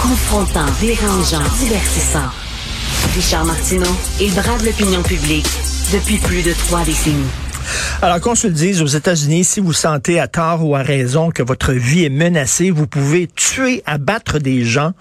Confrontant, dérangeant, divertissant. Richard Martineau, il brave l'opinion publique depuis plus de 3 décennies. Alors, qu'on se le dise, aux États-Unis, si vous sentez à tort ou à raison que votre vie est menacée, vous pouvez tuer, abattre des gens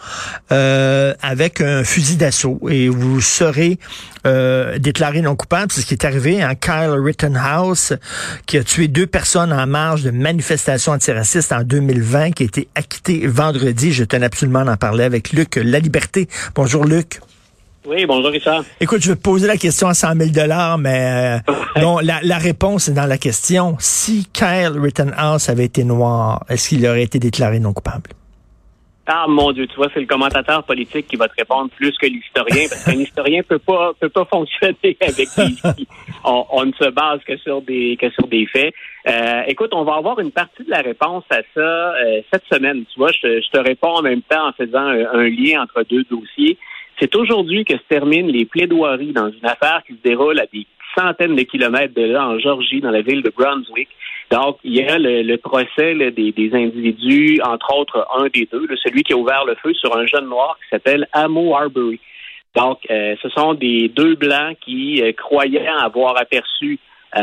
avec un fusil d'assaut et vous serez déclaré non coupable. C'est ce qui est arrivé à Kyle Rittenhouse, qui a tué 2 personnes en marge de manifestations antiracistes en 2020, qui a été acquitté vendredi. Je tenais absolument à en parler avec Luc Laliberté. Bonjour, Luc. Oui, bonjour Richard. Écoute, je vais te poser la question à 100 000 $, mais non, la réponse est dans la question. Si Kyle Rittenhouse avait été noir, est-ce qu'il aurait été déclaré non coupable? Ah mon Dieu, tu vois, c'est le commentateur politique qui va te répondre plus que l'historien, parce qu'un historien peut pas fonctionner avec des... On ne se base que sur des faits. Écoute, on va avoir une partie de la réponse à ça cette semaine. Tu vois, je te réponds en même temps en faisant un lien entre 2 dossiers. C'est aujourd'hui que se terminent les plaidoiries dans une affaire qui se déroule à des centaines de kilomètres de là, en Georgie, dans la ville de Brunswick. Donc, il y a le procès là, des individus, entre autres un des 2, celui qui a ouvert le feu sur un jeune noir qui s'appelle Ahmaud Arbery. Donc, ce sont des 2 Blancs qui croyaient avoir aperçu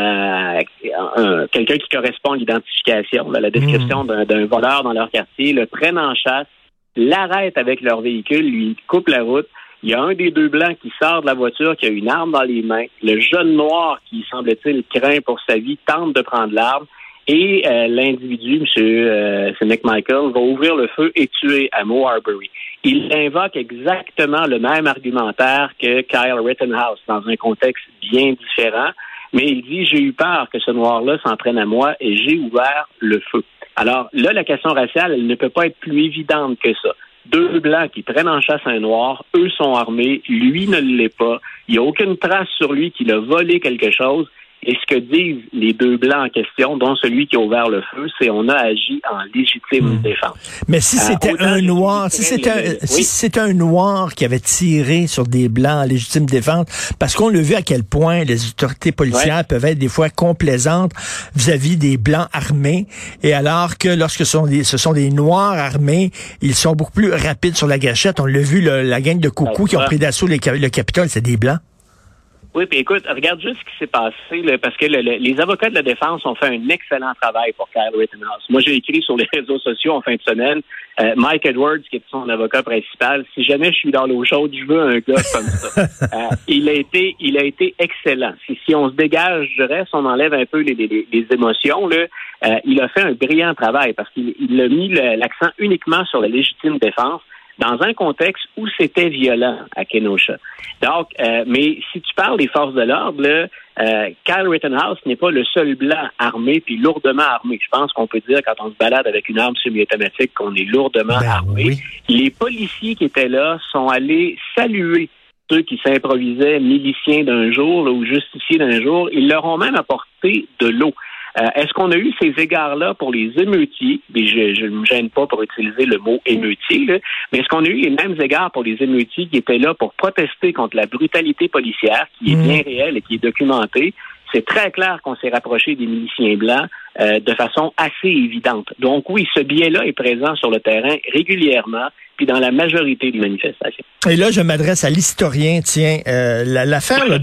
quelqu'un qui correspond à l'identification, à la description d'un voleur dans leur quartier, le prennent en chasse, l'arrêtent avec leur véhicule, lui coupent la route. Il y a un des 2 Blancs qui sort de la voiture, qui a une arme dans les mains. Le jeune noir, qui semble-t-il craint pour sa vie, tente de prendre l'arme. Et l'individu, c'est McMichael, va ouvrir le feu et tuer Ahmaud Arbery. Il invoque exactement le même argumentaire que Kyle Rittenhouse, dans un contexte bien différent. Mais il dit, j'ai eu peur que ce noir-là s'en prenne à moi et j'ai ouvert le feu. Alors là, la question raciale, elle ne peut pas être plus évidente que ça. 2 Blancs qui prennent en chasse un noir, eux sont armés, lui ne l'est pas. Il n'y a aucune trace sur lui qu'il a volé quelque chose. Et ce que disent les 2 Blancs en question, dont celui qui a ouvert le feu, c'est on a agi en légitime défense. Mais si c'était un noir, si c'était un noir qui avait tiré sur des Blancs en légitime défense, parce qu'on l'a vu à quel point les autorités policières peuvent être des fois complaisantes vis-à-vis des Blancs armés, et alors que lorsque ce sont des Noirs armés, ils sont beaucoup plus rapides sur la gâchette. On l'a vu, la gang de coucous qui ont pris d'assaut le Capitole, c'est des Blancs. Oui, puis écoute, regarde juste ce qui s'est passé, là, parce que les avocats de la défense ont fait un excellent travail pour Kyle Rittenhouse. Moi, j'ai écrit sur les réseaux sociaux en fin de semaine, Mike Edwards, qui est son avocat principal, si jamais je suis dans l'eau chaude, je veux un gars comme ça. Il a été excellent. Si on se dégage du reste, on enlève un peu les émotions, là, il a fait un brillant travail parce qu'il a mis l'accent uniquement sur la légitime défense, dans un contexte où c'était violent à Kenosha. Donc, mais si tu parles des forces de l'ordre, là, Kyle Rittenhouse n'est pas le seul Blanc armé puis lourdement armé. Je pense qu'on peut dire, quand on se balade avec une arme semi-automatique, qu'on est lourdement armé. Oui. Les policiers qui étaient là sont allés saluer ceux qui s'improvisaient miliciens d'un jour là, ou justiciers d'un jour. Ils leur ont même apporté de l'eau. Est-ce qu'on a eu ces égards-là pour les émeutiers? Mais je ne me gêne pas pour utiliser le mot émeutier, là. Mais est-ce qu'on a eu les mêmes égards pour les émeutiers qui étaient là pour protester contre la brutalité policière, qui est bien réelle et qui est documentée? C'est très clair qu'on s'est rapproché des miliciens blancs de façon assez évidente. Donc oui, ce biais-là est présent sur le terrain régulièrement, puis dans la majorité des manifestations. Et là, je m'adresse à l'historien, tiens, l'affaire là,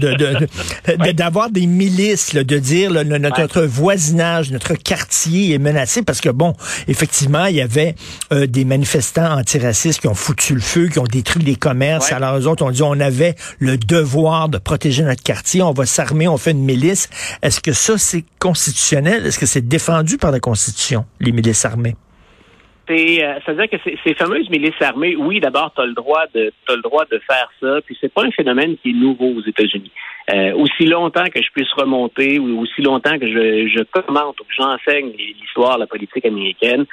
d'avoir des milices, là, de dire là, notre voisinage, notre quartier est menacé, parce que bon, effectivement, il y avait des manifestants antiracistes qui ont foutu le feu, qui ont détruit les commerces. Ouais. Alors eux autres, on dit on avait le devoir de protéger notre quartier, on va s'armer, on fait une milice. Est-ce que ça, c'est constitutionnel? Est-ce que c'est défendu par la Constitution, les milices armées? C'est-à-dire que ces fameuses milices armées, oui, d'abord, t'as le droit de faire ça, puis c'est pas un phénomène qui est nouveau aux États-Unis. Aussi longtemps que je puisse remonter, ou aussi longtemps que je commente ou que j'enseigne l'histoire de la politique américaine,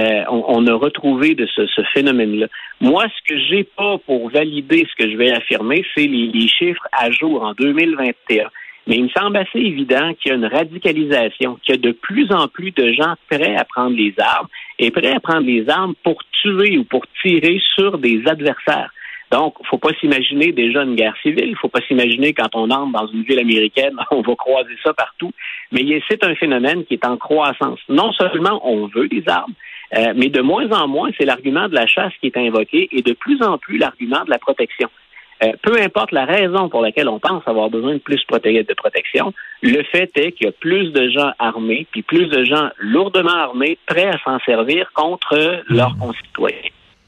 on a retrouvé de ce phénomène-là. Moi, ce que j'ai pas pour valider ce que je vais affirmer, c'est les chiffres à jour en 2021. Mais il me semble assez évident qu'il y a une radicalisation, qu'il y a de plus en plus de gens prêts à prendre les armes et prêts à prendre les armes pour tuer ou pour tirer sur des adversaires. Donc, faut pas s'imaginer déjà une guerre civile, faut pas s'imaginer quand on entre dans une ville américaine, on va croiser ça partout, mais c'est un phénomène qui est en croissance. Non seulement on veut des armes, Mais de moins en moins, c'est l'argument de la chasse qui est invoqué et de plus en plus l'argument de la protection. Peu importe la raison pour laquelle on pense avoir besoin de plus de protection, le fait est qu'il y a plus de gens armés, puis plus de gens lourdement armés, prêts à s'en servir contre leurs concitoyens.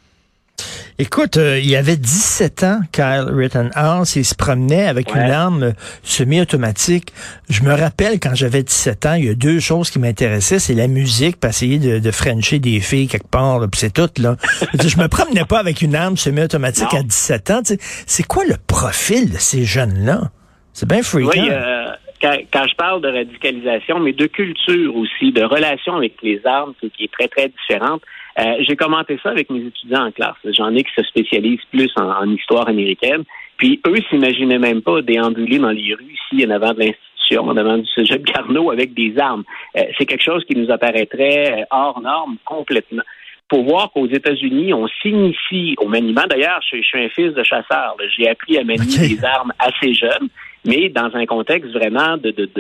Écoute, il avait 17 ans, Kyle Rittenhouse, il se promenait avec une arme semi-automatique. Je me rappelle, quand j'avais 17 ans, il y a deux choses qui m'intéressaient, c'est la musique, puis essayer de frencher des filles quelque part, là, puis c'est tout, là. Je me promenais pas avec une arme semi-automatique à 17 ans. C'est quoi le profil de ces jeunes-là? C'est bien fréquent. Oui, quand je parle de radicalisation, mais de culture aussi, de relation avec les armes, qui est très, très différente. J'ai commenté ça avec mes étudiants en classe. J'en ai qui se spécialisent plus en histoire américaine. Puis eux s'imaginaient même pas déambuler dans les rues ici en avant de l'institution, en avant du cégep Garneau avec des armes. C'est quelque chose qui nous apparaîtrait hors norme complètement. Pour voir qu'aux États-Unis, on s'initie au maniement. D'ailleurs, je suis un fils de chasseur. Là. J'ai appris à manier des armes assez jeune, mais dans un contexte vraiment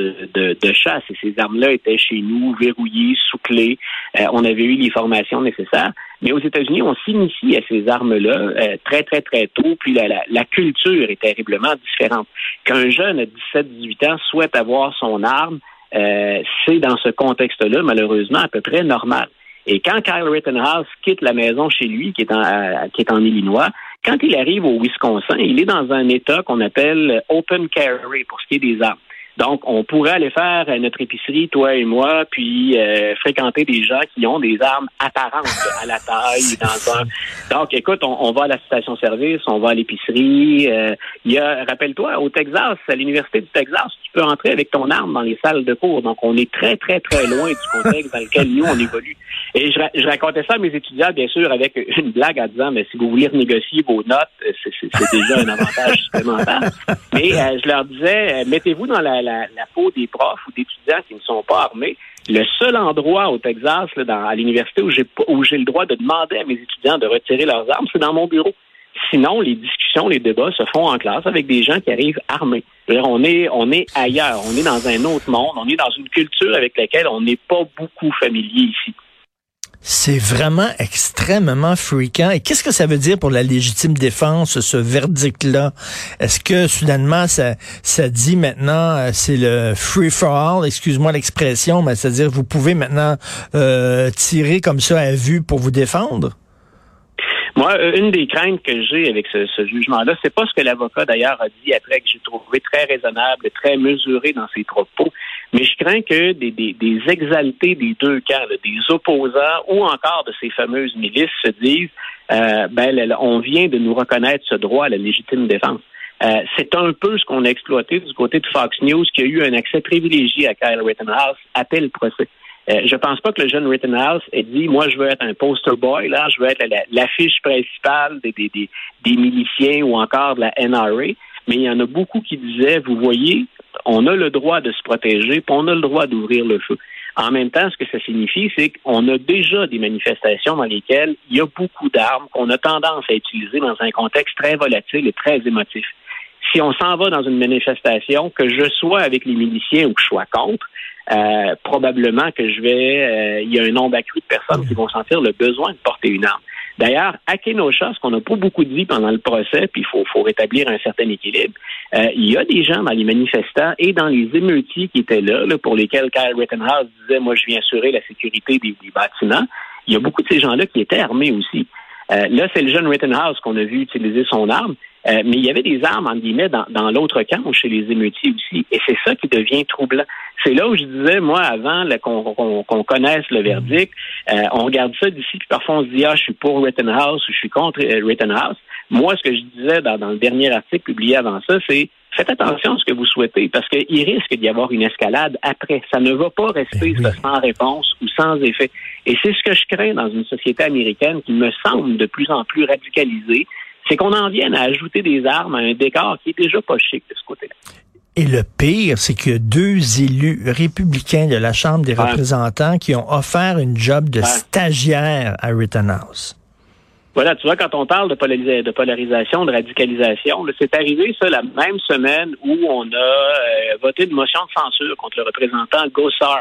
de chasse. Et ces armes-là étaient chez nous, verrouillées, sous clé. On avait eu les formations nécessaires. Mais aux États-Unis, on s'initie à ces armes-là très, très, très tôt. Puis la culture est terriblement différente. Qu'un jeune à 17-18 ans souhaite avoir son arme, c'est dans ce contexte-là, malheureusement, à peu près normal. Et quand Kyle Rittenhouse quitte la maison chez lui, qui est en Illinois, quand il arrive au Wisconsin, il est dans un État qu'on appelle open carry pour ce qui est des armes. Donc, on pourrait aller faire notre épicerie, toi et moi, puis fréquenter des gens qui ont des armes apparentes à la taille. Donc, écoute, on va à la station-service, on va à l'épicerie. Il y a, rappelle-toi, au Texas, à l'Université du Texas, tu peux entrer avec ton arme dans les salles de cours. Donc, on est très, très, très loin du contexte dans lequel nous, on évolue. Et je racontais ça à mes étudiants, bien sûr, avec une blague en disant, mais si vous voulez renégocier vos notes, c'est déjà un avantage supplémentaire. Mais je leur disais, mettez-vous dans la peau des profs ou d'étudiants qui ne sont pas armés. Le seul endroit au Texas, là, à l'université, où j'ai le droit de demander à mes étudiants de retirer leurs armes, c'est dans mon bureau. Sinon, les discussions, les débats se font en classe avec des gens qui arrivent armés. C'est-à-dire, on est ailleurs, on est dans un autre monde, on est dans une culture avec laquelle on n'est pas beaucoup familier ici. C'est vraiment extrêmement fréquent. Et qu'est-ce que ça veut dire pour la légitime défense, ce verdict-là? Est-ce que, soudainement, ça dit maintenant, c'est le free for all, excuse-moi l'expression, mais c'est-à-dire vous pouvez maintenant tirer comme ça à vue pour vous défendre? Moi, une des craintes que j'ai avec ce jugement-là, c'est pas ce que l'avocat d'ailleurs a dit après, que j'ai trouvé très raisonnable, très mesuré dans ses propos, mais je crains que des exaltés des deux camps, là, des opposants ou encore de ces fameuses milices se disent on vient de nous reconnaître ce droit à la légitime défense. C'est un peu ce qu'on a exploité du côté de Fox News, qui a eu un accès privilégié à Kyle Rittenhouse après le procès. Je pense pas que le jeune Rittenhouse ait dit, moi, je veux être un poster boy, là, je veux être l'affiche principale des miliciens ou encore de la NRA, mais il y en a beaucoup qui disaient, vous voyez, on a le droit de se protéger, puis on a le droit d'ouvrir le feu. En même temps, ce que ça signifie, c'est qu'on a déjà des manifestations dans lesquelles il y a beaucoup d'armes qu'on a tendance à utiliser dans un contexte très volatile et très émotif. Si on s'en va dans une manifestation, que je sois avec les miliciens ou que je sois contre, probablement que il y a un nombre accru de personnes qui vont sentir le besoin de porter une arme. D'ailleurs, à Kenosha, ce qu'on n'a pas beaucoup dit pendant le procès, puis il faut rétablir un certain équilibre, il y a des gens dans les manifestants et dans les émeutiers qui étaient là pour lesquels Kyle Rittenhouse disait, moi, je viens assurer la sécurité des bâtiments. Il y a beaucoup de ces gens-là qui étaient armés aussi. Là, c'est le jeune Rittenhouse qu'on a vu utiliser son arme, mais il y avait des armes, entre guillemets, dans l'autre camp ou chez les émeutiers aussi. Et c'est ça qui devient troublant. C'est là où je disais, moi, avant qu'on connaisse le verdict, on regarde ça d'ici, puis parfois on se dit, je suis pour Rittenhouse ou je suis contre Rittenhouse. Moi, ce que je disais dans le dernier article publié avant ça, c'est faites attention à ce que vous souhaitez, parce qu'il risque d'y avoir une escalade après. Ça ne va pas rester sans réponse ou sans effet. Et c'est ce que je crains dans une société américaine qui me semble de plus en plus radicalisée, c'est qu'on en vienne à ajouter des armes à un décor qui est déjà pas chic de ce côté-là. Et le pire, c'est qu'il y a deux élus républicains de la Chambre des représentants qui ont offert une job de stagiaire à Rittenhouse. Voilà, tu vois, quand on parle de polarisation, de radicalisation, là, c'est arrivé ça la même semaine où on a voté une motion de censure contre le représentant Gosar,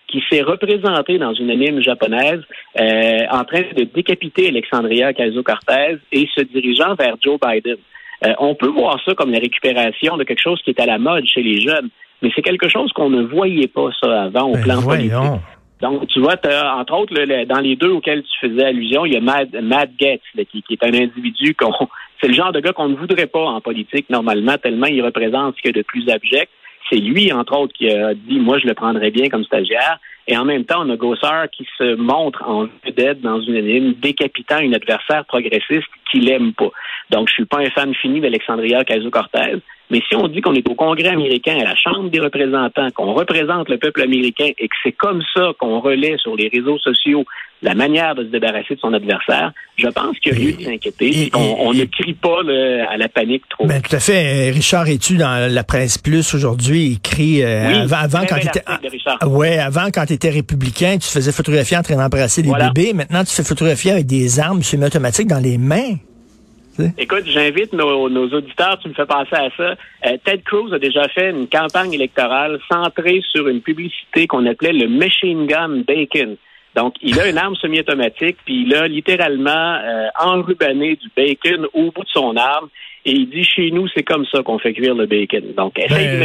qui s'est représenté dans une anime japonaise en train de décapiter Alexandria Ocasio-Cortez et se dirigeant vers Joe Biden. On peut voir ça comme la récupération de quelque chose qui est à la mode chez les jeunes, mais c'est quelque chose qu'on ne voyait pas ça avant au plan politique. Donc, tu vois, entre autres, dans les deux auxquels tu faisais allusion, il y a Matt Gaetz, qui est un individu c'est le genre de gars qu'on ne voudrait pas en politique normalement, tellement il représente ce qu'il y a de plus abject. C'est lui, entre autres, qui a dit, moi, je le prendrais bien comme stagiaire. Et en même temps, on a Gosar qui se montre en vedette dans une anime, décapitant une adversaire progressiste qu'il aime pas. Donc, je suis pas un fan fini d'Alexandria Ocasio-Cortez. Mais si on dit qu'on est au Congrès américain, à la Chambre des représentants, qu'on représente le peuple américain et que c'est comme ça qu'on relaie sur les réseaux sociaux la manière de se débarrasser de son adversaire, je pense qu'il y a lieu de s'inquiéter. On ne crie pas à la panique trop. Ben, tout à fait. Richard, es-tu dans la Presse Plus aujourd'hui? Il crie avant quand tu étais républicain, tu te faisais photographier en train d'embrasser des bébés. Maintenant, tu te fais photographier avec des armes semi-automatiques dans les mains. Écoute, j'invite nos auditeurs, tu me fais penser à ça. Ted Cruz a déjà fait une campagne électorale centrée sur une publicité qu'on appelait le Machine Gun Bacon. Donc, il a une arme semi-automatique, puis il a littéralement enrubanné du bacon au bout de son arme, et il dit, chez nous, c'est comme ça qu'on fait cuire le bacon. Donc,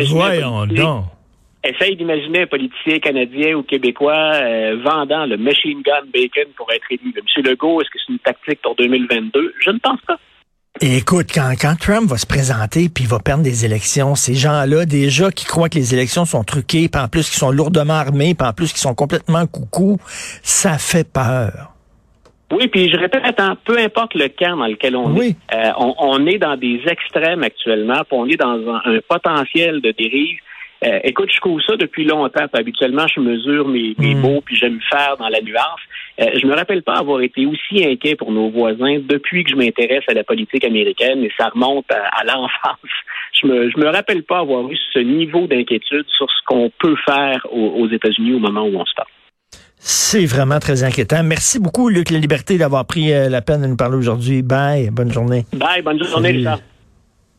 essaye d'imaginer un politicien canadien ou québécois vendant le Machine Gun Bacon pour être élu. M. Legault, est-ce que c'est une tactique pour 2022? Je ne pense pas. Et écoute, quand Trump va se présenter puis il va perdre des élections, ces gens-là, déjà qui croient que les élections sont truquées, puis en plus qui sont lourdement armés, puis en plus qui sont complètement coucous, ça fait peur. Oui, puis je répète, peu importe le camp dans lequel on est, on est dans des extrêmes actuellement, puis on est dans un potentiel de dérive. Écoute, je couvre ça depuis longtemps. Habituellement, je mesure mes mots, puis j'aime faire dans la nuance. Je me rappelle pas avoir été aussi inquiet pour nos voisins depuis que je m'intéresse à la politique américaine, et ça remonte à l'enfance. Je me rappelle pas avoir eu ce niveau d'inquiétude sur ce qu'on peut faire aux États-Unis au moment où on se parle. C'est vraiment très inquiétant. Merci beaucoup, Luc La Liberté, d'avoir pris la peine de nous parler aujourd'hui. Bye, bonne journée. Bye, bonne journée, Richard.